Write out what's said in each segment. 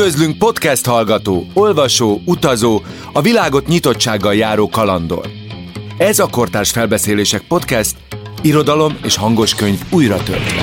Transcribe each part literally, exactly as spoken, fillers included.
Üdvözlünk podcast hallgató, olvasó, utazó, a világot nyitottsággal járó kalandor. Ez a Kortárs Felbeszélések podcast, irodalom és hangos könyv újra töltve.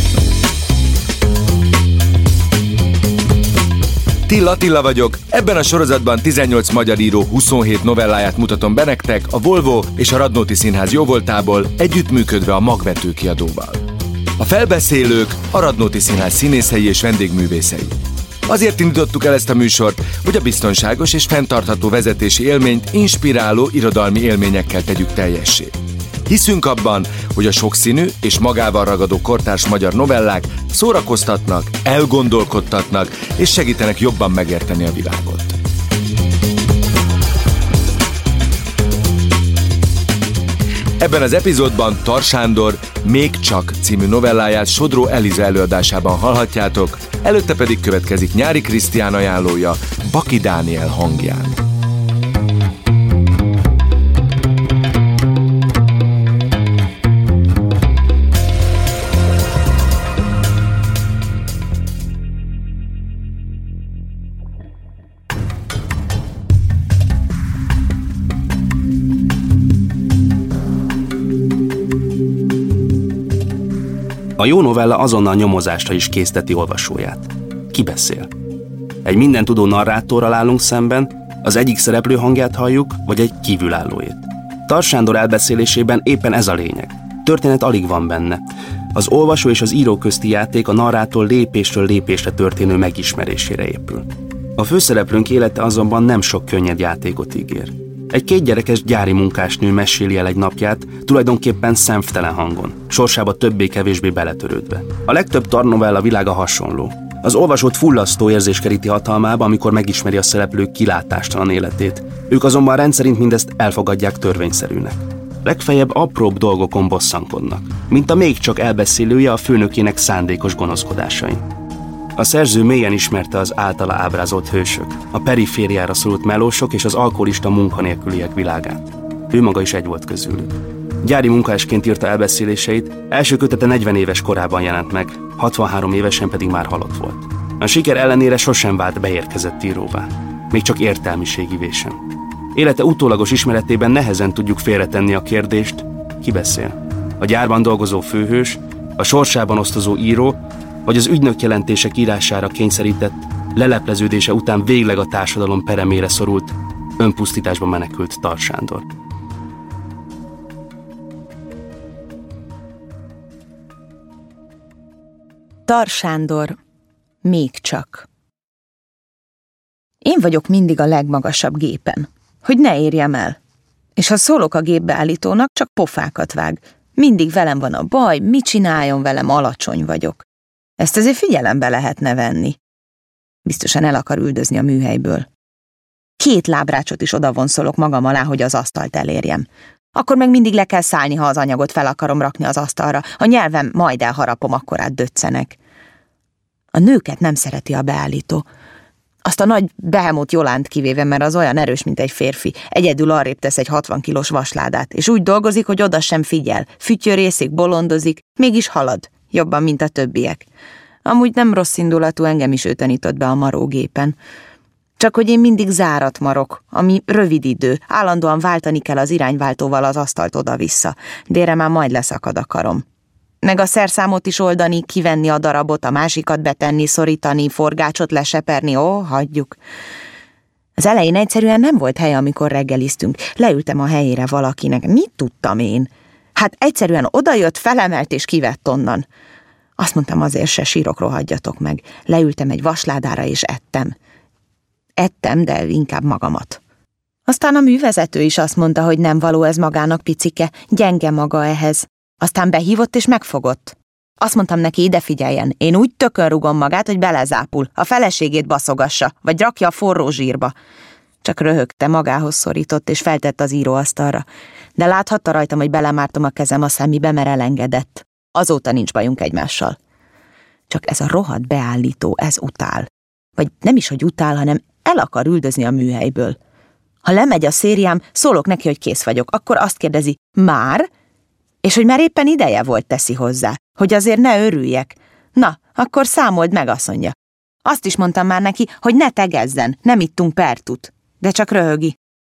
Till Attila vagyok, ebben a sorozatban tizennyolc magyar író huszonhét novelláját mutatom be nektek a Volvo és a Radnóti Színház jóvoltából, együttműködve a Magvető kiadóval. A felbeszélők a Radnóti Színház színészei és vendégművészei. Azért indítottuk el ezt a műsort, hogy a biztonságos és fenntartható vezetési élményt inspiráló irodalmi élményekkel tegyük teljessé. Hiszünk abban, hogy a sokszínű és magával ragadó kortárs magyar novellák szórakoztatnak, elgondolkodtatnak és segítenek jobban megérteni a világot. Ebben az epizódban Tar Sándor Még csak című novelláját Sodró Eliza előadásában hallhatjátok, előtte pedig következik Nyári Krisztián ajánlója Baki Dániel hangján. A jó novella azonnal nyomozásra is készteti olvasóját. Ki beszél? Egy mindentudó narrátorral állunk szemben, az egyik szereplő hangját halljuk, vagy egy kívülállóét. Tar Sándor elbeszélésében éppen ez a lényeg. Történet alig van benne. Az olvasó és az író közti játék a narrátor lépésről lépésre történő megismerésére épül. A főszereplőnk élete azonban nem sok könnyed játékot ígér. Egy kétgyerekes gyári munkásnő meséli el egy napját, tulajdonképpen szemtelen hangon, sorsába többé-kevésbé beletörődve. A legtöbb Tar novella világa hasonló. Az olvasót fullasztó érzés keríti hatalmába, amikor megismeri a szereplők kilátástalan életét. Ők azonban rendszerint mindezt elfogadják törvényszerűnek. Legfeljebb apróbb dolgokon bosszankodnak, mint a még csak elbeszélője a főnökének szándékos gonoszkodásain. A szerző mélyen ismerte az általa ábrázolt hősök, a perifériára szorult melósok és az alkoholista munkanélküliek világát. Ő maga is egy volt közülük. Gyári munkásként írta elbeszéléseit, első kötete negyven éves korában jelent meg, hatvanhárom évesen pedig már halott volt. A siker ellenére sosem vált beérkezett íróvá, még csak értelmiségivé sem. Élete utólagos ismeretében nehezen tudjuk félretenni a kérdést, ki beszél. A gyárban dolgozó főhős, a sorsában osztozó író, vagy az ügynökjelentések írására kényszerített, lelepleződése után végleg a társadalom peremére szorult, önpusztításba menekült Tar Sándor. Tar Sándor, Még csak. Én vagyok mindig a legmagasabb gépen, hogy ne érjem el. És ha szólok a gépbeállítónak, csak pofákat vág. Mindig velem van a baj, mit csináljon velem, alacsony vagyok. Ezt azért figyelembe lehetne venni. Biztosan el akar üldözni a műhelyből. Két lábrácsot is odavonszolok magam alá, hogy az asztalt elérjem. Akkor meg mindig le kell szállni, ha az anyagot fel akarom rakni az asztalra. A nyelvem majd elharapom, akkor átdöccenek. A nőket nem szereti a beállító. Azt a nagy Behemoth Jolánt kivéve, mert az olyan erős, mint egy férfi. Egyedül arrébb tesz egy hatvan kilós vasládát, és úgy dolgozik, hogy oda sem figyel. Fütyörészik, bolondozik, mégis halad. Jobban, mint a többiek. Amúgy nem rossz indulatú, engem is ő tanított be a marógépen. Csak hogy én mindig zárat marok, ami rövid idő, állandóan váltani kell az irányváltóval az asztalt oda-vissza. Délre már majd leszakad a karom. Meg a szerszámot is oldani, kivenni a darabot, a másikat betenni, szorítani, forgácsot leseperni, ó, hagyjuk. Az elején egyszerűen nem volt hely, amikor reggeliztünk. Leültem a helyére valakinek, mit tudtam én? Hát egyszerűen odajött, felemelt és kivett onnan. Azt mondtam, azért se sírok, rohadjatok meg. Leültem egy vasládára és ettem. Ettem, de inkább magamat. Aztán a művezető is azt mondta, hogy nem való ez magának, picike, gyenge maga ehhez. Aztán behívott és megfogott. Azt mondtam neki, ide figyeljen, én úgy tökön rugom magát, hogy belezápul, a feleségét baszogassa, vagy rakja a forró zsírba. Csak röhögte, magához szorított és feltett az íróasztalra. De láthatta rajtam, hogy belemártom a kezem a szemébe, mert elengedett. Azóta nincs bajunk egymással. Csak ez a rohadt beállító, ez utál. Vagy nem is, hogy utál, hanem el akar üldözni a műhelyből. Ha lemegy a szériám, szólok neki, hogy kész vagyok, akkor azt kérdezi, már? És hogy már éppen ideje volt, teszi hozzá, hogy azért ne örüljek. Na, akkor számold meg, azt mondja. Azt is mondtam már neki, hogy ne tegezzen, nem ittunk pertut. De csak röhögi.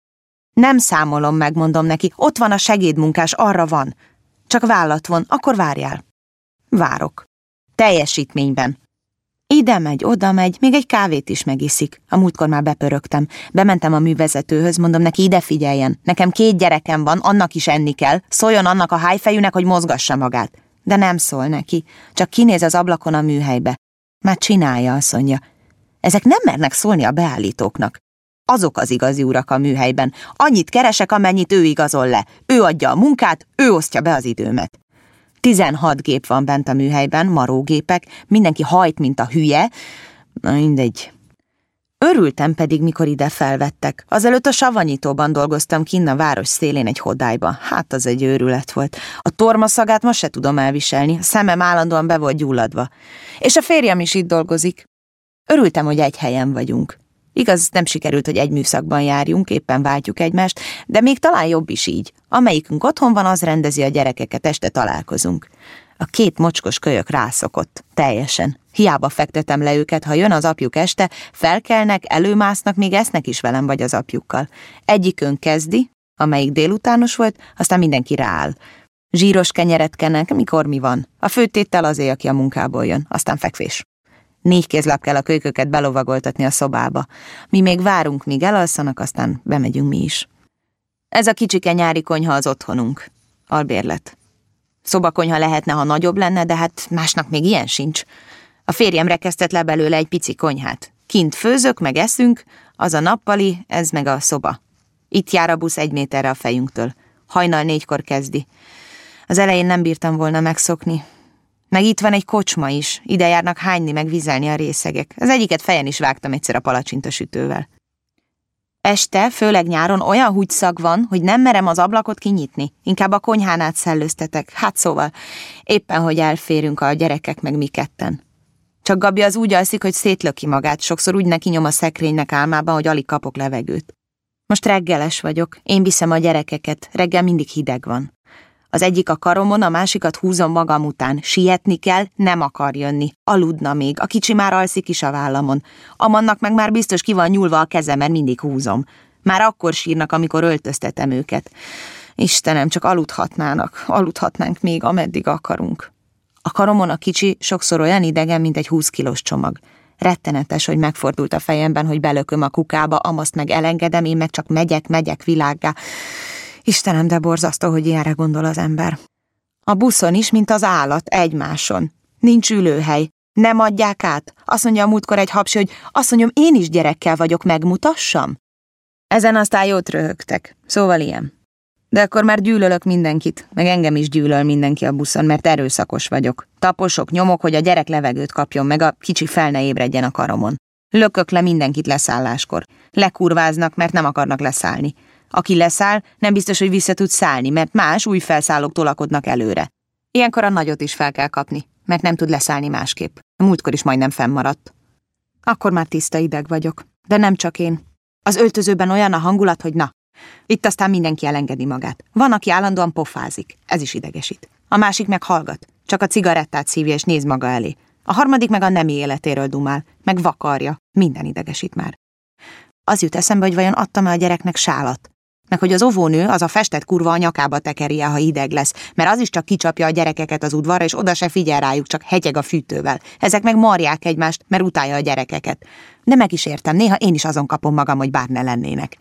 Nem számolom meg, mondom neki, ott van a segédmunkás, arra van. Csak vállat von, akkor várjál. Várok. Teljesítményben. Ide megy, oda megy, még egy kávét is megiszik. A múltkor már bepörögtem. Bementem a művezetőhöz, mondom neki, ide figyeljen. Nekem két gyerekem van, annak is enni kell. Szóljon annak a hájfejűnek, hogy mozgassa magát. De nem szól neki. Csak kinéz az ablakon a műhelybe. Már csinálja, azt mondja. Ezek nem mernek szólni a beállítóknak. Azok az igazi urak a műhelyben. Annyit keresek, amennyit ő igazol le. Ő adja a munkát, ő osztja be az időmet. Tizenhat gép van bent a műhelyben, marógépek, mindenki hajt, mint a hülye. Na mindegy. Örültem pedig, mikor ide felvettek. Azelőtt a savanyítóban dolgoztam kinn a város szélén egy hodályba. Hát az egy őrület volt. A tormaszagát most se tudom elviselni, a szemem állandóan be volt gyulladva. És a férjem is itt dolgozik. Örültem, hogy egy helyen vagyunk. Igaz, nem sikerült, hogy egy műszakban járjunk, éppen váltjuk egymást, de még talán jobb is így. Amelyikünk otthon van, az rendezi a gyerekeket, este találkozunk. A két mocskos kölyök rászokott, teljesen. Hiába fektetem le őket, ha jön az apjuk este, felkelnek, előmásznak, még esznek is velem vagy az apjukkal. Egyikön kezdi, amelyik délutános volt, aztán mindenki rááll. Zsíros kenyeret kennek, mikor mi van. A főtéttel azért, aki a munkából jön, aztán fekvés. Négy kézlap kell a kölyköket belovagoltatni a szobába. Mi még várunk, míg elalszanak, aztán bemegyünk mi is. Ez a kicsike nyári konyha az otthonunk. Albérlet. Szobakonyha lehetne, ha nagyobb lenne, de hát másnak még ilyen sincs. A férjem rekesztett le belőle egy pici konyhát. Kint főzök, meg eszünk, az a nappali, ez meg a szoba. Itt jár a busz egy méterre a fejünktől. Hajnal négykor kezdi. Az elején nem bírtam volna megszokni. Meg itt van egy kocsma is, ide járnak hányni, meg vizelni a részegek. Az egyiket fejen is vágtam egyszer a palacsintasütővel. Este, főleg nyáron olyan húgyszag van, hogy nem merem az ablakot kinyitni. Inkább a konyhán át szellőztetek. Hát szóval, éppen, hogy elférünk a gyerekek meg mi ketten. Csak Gabi az úgy alszik, hogy szétlöki magát, sokszor úgy neki nyom a szekrénynek álmában, hogy alig kapok levegőt. Most reggeles vagyok, én viszem a gyerekeket, reggel mindig hideg van. Az egyik a karomon, a másikat húzom magam után. Sietni kell, nem akar jönni. Aludna még, a kicsi már alszik is a vállamon. Amannak meg már biztos ki van nyúlva a keze, mert mindig húzom. Már akkor sírnak, amikor öltöztetem őket. Istenem, csak aludhatnának, aludhatnánk még, ameddig akarunk. A karomon a kicsi sokszor olyan idegen, mint egy húsz kilós csomag. Rettenetes, hogy megfordult a fejemben, hogy belököm a kukába, amaszt meg elengedem, én meg csak megyek, megyek világgá. Istenem, de borzasztó, hogy ilyenre gondol az ember. A buszon is, mint az állat, egymáson. Nincs ülőhely. Nem adják át. Azt mondja a múltkor egy hapsi, hogy azt mondjam, én is gyerekkel vagyok, megmutassam? Ezen aztán jót röhögtek. Szóval ilyen. De akkor már gyűlölök mindenkit, meg engem is gyűlöl mindenki a buszon, mert erőszakos vagyok. Taposok, nyomok, hogy a gyerek levegőt kapjon, meg a kicsi fel ne ébredjen a karomon. Lökök le mindenkit leszálláskor. Lekurváznak, mert nem akarnak leszállni. Aki leszáll, nem biztos, hogy vissza tud szállni, mert más új felszállók tolakodnak előre. Ilyenkor a nagyot is fel kell kapni, mert nem tud leszállni másképp. A múltkor is majdnem fennmaradt. Akkor már tiszta ideg vagyok, de nem csak én. Az öltözőben olyan a hangulat, hogy na, itt aztán mindenki elengedi magát. Van, aki állandóan pofázik, ez is idegesít. A másik meg hallgat, csak a cigarettát szívja és néz maga elé. A harmadik meg a nemi életéről dumál, meg vakarja, minden idegesít már. Az jut eszembe, hogy vajon adtam-e a gyereknek sálat. Meg hogy az óvónő az a festett kurva a nyakába tekeri el, ha hideg lesz, mert az is csak kicsapja a gyerekeket az udvarra, és oda se figyel rájuk, csak hegyeg a fűtővel. Ezek meg marják egymást, mert utálja a gyerekeket. De meg is értem, néha én is azon kapom magam, hogy bár ne lennének.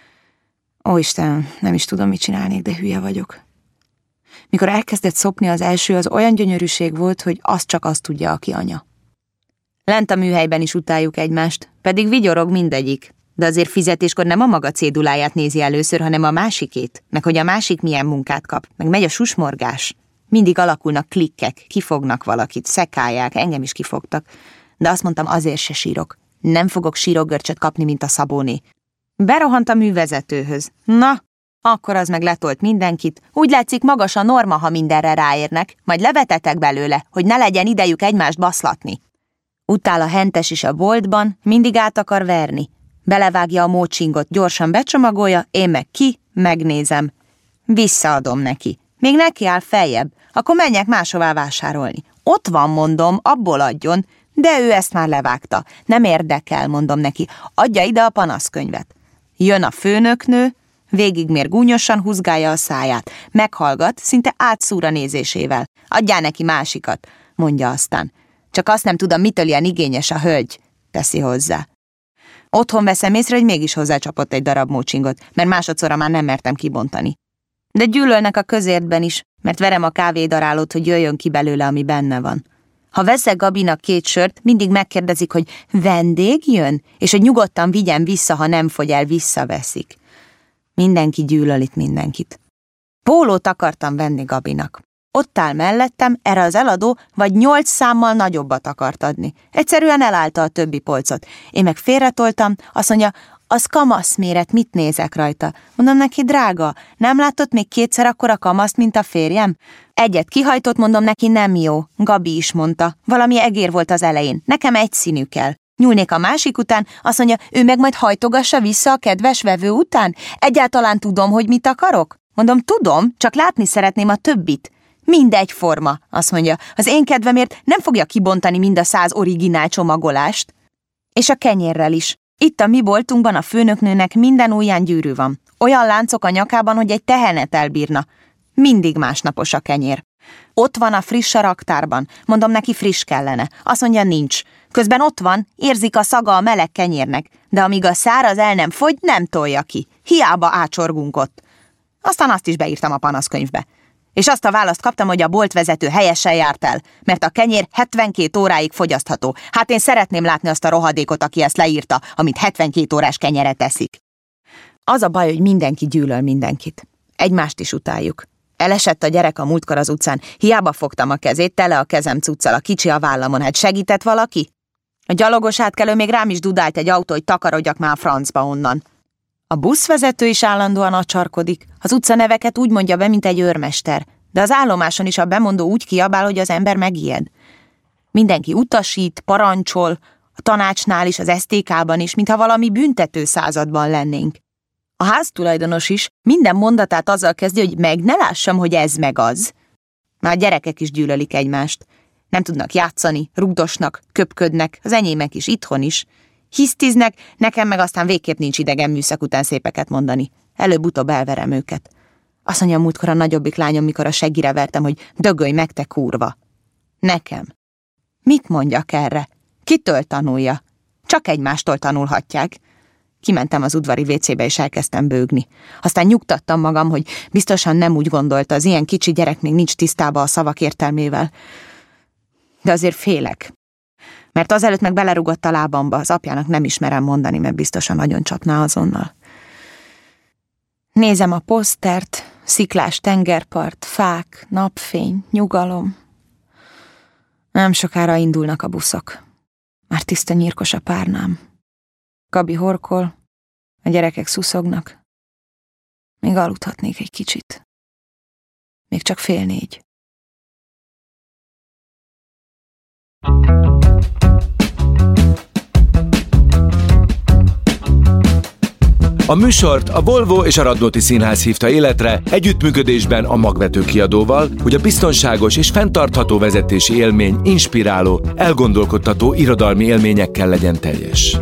Ó Istenem, nem is tudom, mit csinálnék, de hülye vagyok. Mikor elkezdett szopni az első, az olyan gyönyörűség volt, hogy azt csak azt tudja, aki anya. Lent a műhelyben is utáljuk egymást, pedig vigyorog mindegyik. De azért fizetéskor nem a maga céduláját nézi először, hanem a másikét, meg hogy a másik milyen munkát kap, meg megy a susmorgás. Mindig alakulnak klikkek, kifognak valakit, szekálják, engem is kifogtak. De azt mondtam, azért se sírok. Nem fogok sírokgörcsöt kapni, mint a Szabóné. Berohant a művezetőhöz. Na, akkor az meg letolt mindenkit. Úgy látszik, magas a norma, ha mindenre ráérnek, majd levetetek belőle, hogy ne legyen idejük egymást baszlatni. Utál a hentes is a boltban, mindig át akar verni. Belevágja a mócsingot, gyorsan becsomagolja, én meg ki, megnézem. Visszaadom neki. Még neki áll feljebb, akkor menjek máshová vásárolni. Ott van, mondom, abból adjon. De ő ezt már levágta. Nem érdekel, mondom neki. Adja ide a panaszkönyvet. Jön a főnöknő, végigmér gúnyosan, húzgálja a száját. Meghallgat, szinte átszúra nézésével. Adjál neki másikat, mondja aztán. Csak azt nem tudom, mitől ilyen igényes a hölgy, teszi hozzá. Otthon veszem észre, hogy mégis hozzácsapott egy darab mócsingot, mert másodszorra már nem mertem kibontani. De gyűlölnek a közértben is, mert verem a kávédarálót, hogy jöjjön ki belőle, ami benne van. Ha veszek Gabinak két sört, mindig megkérdezik, hogy vendég jön, és hogy nyugodtan vigyen vissza, ha nem fogy el, visszaveszik. Mindenki gyűlöl itt mindenkit. Pólót akartam venni Gabinak. Ott áll mellettem, erre az eladó vagy nyolc számmal nagyobbat akart adni. Egyszerűen elállta a többi polcot. Én meg félretoltam, azt mondja, az kamaszméret, mit nézek rajta? Mondom neki, drága, nem látott még kétszer akkora kamaszt, mint a férjem? Egyet kihajtott, mondom neki, nem jó. Gabi is mondta. Valami egér volt az elején. Nekem egy színű kell. Nyúlnék a másik után, azt mondja, ő meg majd hajtogassa vissza a kedves vevő után? Egyáltalán tudom, hogy mit akarok? Mondom, tudom, csak látni szeretném a többit. Mindegyforma, azt mondja, az én kedvemért nem fogja kibontani mind a száz originál csomagolást. És a kenyérrel is. Itt a mi boltunkban a főnöknőnek minden ujján gyűrű van. Olyan láncok a nyakában, hogy egy tehenet elbírna. Mindig másnapos a kenyér. Ott van a friss a raktárban. Mondom, neki friss kellene. Azt mondja, nincs. Közben ott van, érzik a szaga a meleg kenyérnek, de amíg a száraz el nem fogy, nem tolja ki. Hiába ácsorgunk ott. Aztán azt is beírtam a panaszkönyvbe. És azt a választ kaptam, hogy a boltvezető helyesen járt el, mert a kenyér hetvenkét óráig fogyasztható. Hát én szeretném látni azt a rohadékot, aki ezt leírta, amit hetvenkét órás kenyeret teszik. Az a baj, hogy mindenki gyűlöl mindenkit. Egymást is utáljuk. Elesett a gyerek a múltkor az utcán, hiába fogtam a kezét, tele a kezem cuccal, a kicsi a vállamon, hát segített valaki? A gyalogos átkelő még rám is dudált egy autó, hogy takarodjak már a francba onnan. A buszvezető is állandóan acsarkodik. Az utcaneveket úgy mondja be, mint egy őrmester, de az állomáson is a bemondó úgy kiabál, hogy az ember megijed. Mindenki utasít, parancsol, a tanácsnál is, az es té ká-ban is, mintha valami büntető században lennénk. A háztulajdonos is minden mondatát azzal kezdi, hogy meg ne lássam, hogy ez meg az. Már a gyerekek is gyűlölik egymást. Nem tudnak játszani, rugdosnak, köpködnek, az enyémek is, itthon is. Hisztiznek, nekem meg aztán végképp nincs idegen műszak után szépeket mondani. Előbb-utóbb elverem őket. Azt mondja múltkor a nagyobbik lányom, mikor a seggire vertem, hogy dögölj meg, te kurva. Nekem. Mit mondjak erre? Kitől tanulja? Csak egymástól tanulhatják. Kimentem az udvari vécébe, és elkezdtem bőgni. Aztán nyugtattam magam, hogy biztosan nem úgy gondolta, az ilyen kicsi gyerek még nincs tisztában a szavak értelmével. De azért félek. Mert azelőtt meg belerugott a lábamba, az apjának nem ismerem mondani, mert biztosan nagyon csapná azonnal. Nézem a posztert, sziklás tengerpart, fák, napfény, nyugalom. Nem sokára indulnak a buszok. Már tiszta nyírkos a párnám. Gabi horkol, a gyerekek szuszognak. Még aludhatnék egy kicsit. Még csak fél négy. A műsort a Volvo és a Radnóti Színház hívta életre együttműködésben a Magvető Kiadóval, hogy a biztonságos és fenntartható vezetési élmény inspiráló, elgondolkodtató irodalmi élményekkel legyen teljes.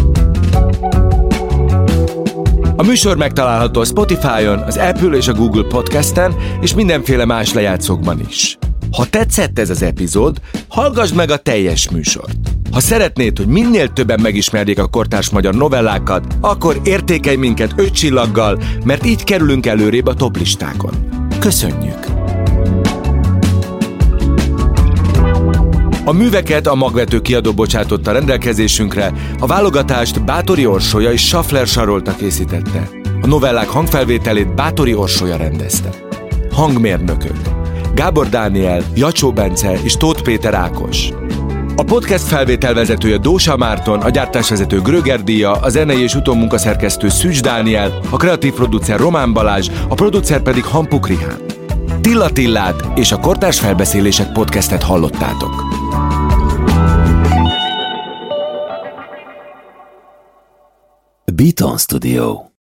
A műsor megtalálható a Spotify-on, az Apple és a Google Podcasten és mindenféle más lejátszókban is. Ha tetszett ez az epizód, hallgassd meg a teljes műsort. Ha szeretnéd, hogy minél többen megismerjék a kortárs magyar novellákat, akkor értékelj minket öt csillaggal, mert így kerülünk előrébb a toplistákon. Köszönjük! A műveket a Magvető Kiadó bocsátotta rendelkezésünkre, a válogatást Báthori Orsolya és Schaffler Sarolta készítette. A novellák hangfelvételét Báthori Orsolya rendezte. Hangmérnökök: Gábor Dániel, Jacsó Bence és Tóth Péter Ákos. A podcast felvételvezetője Dósa Márton, a gyártásvezető Gröger Díja, a zenei és utómunkaszerkesztő Szűcs Dániel, a kreatív producer Román Balázs, a producer pedig Hampuk Rihán. Tilla Tillát és a Kortárs Felbeszélések podcastet hallottátok. Beaton Studio.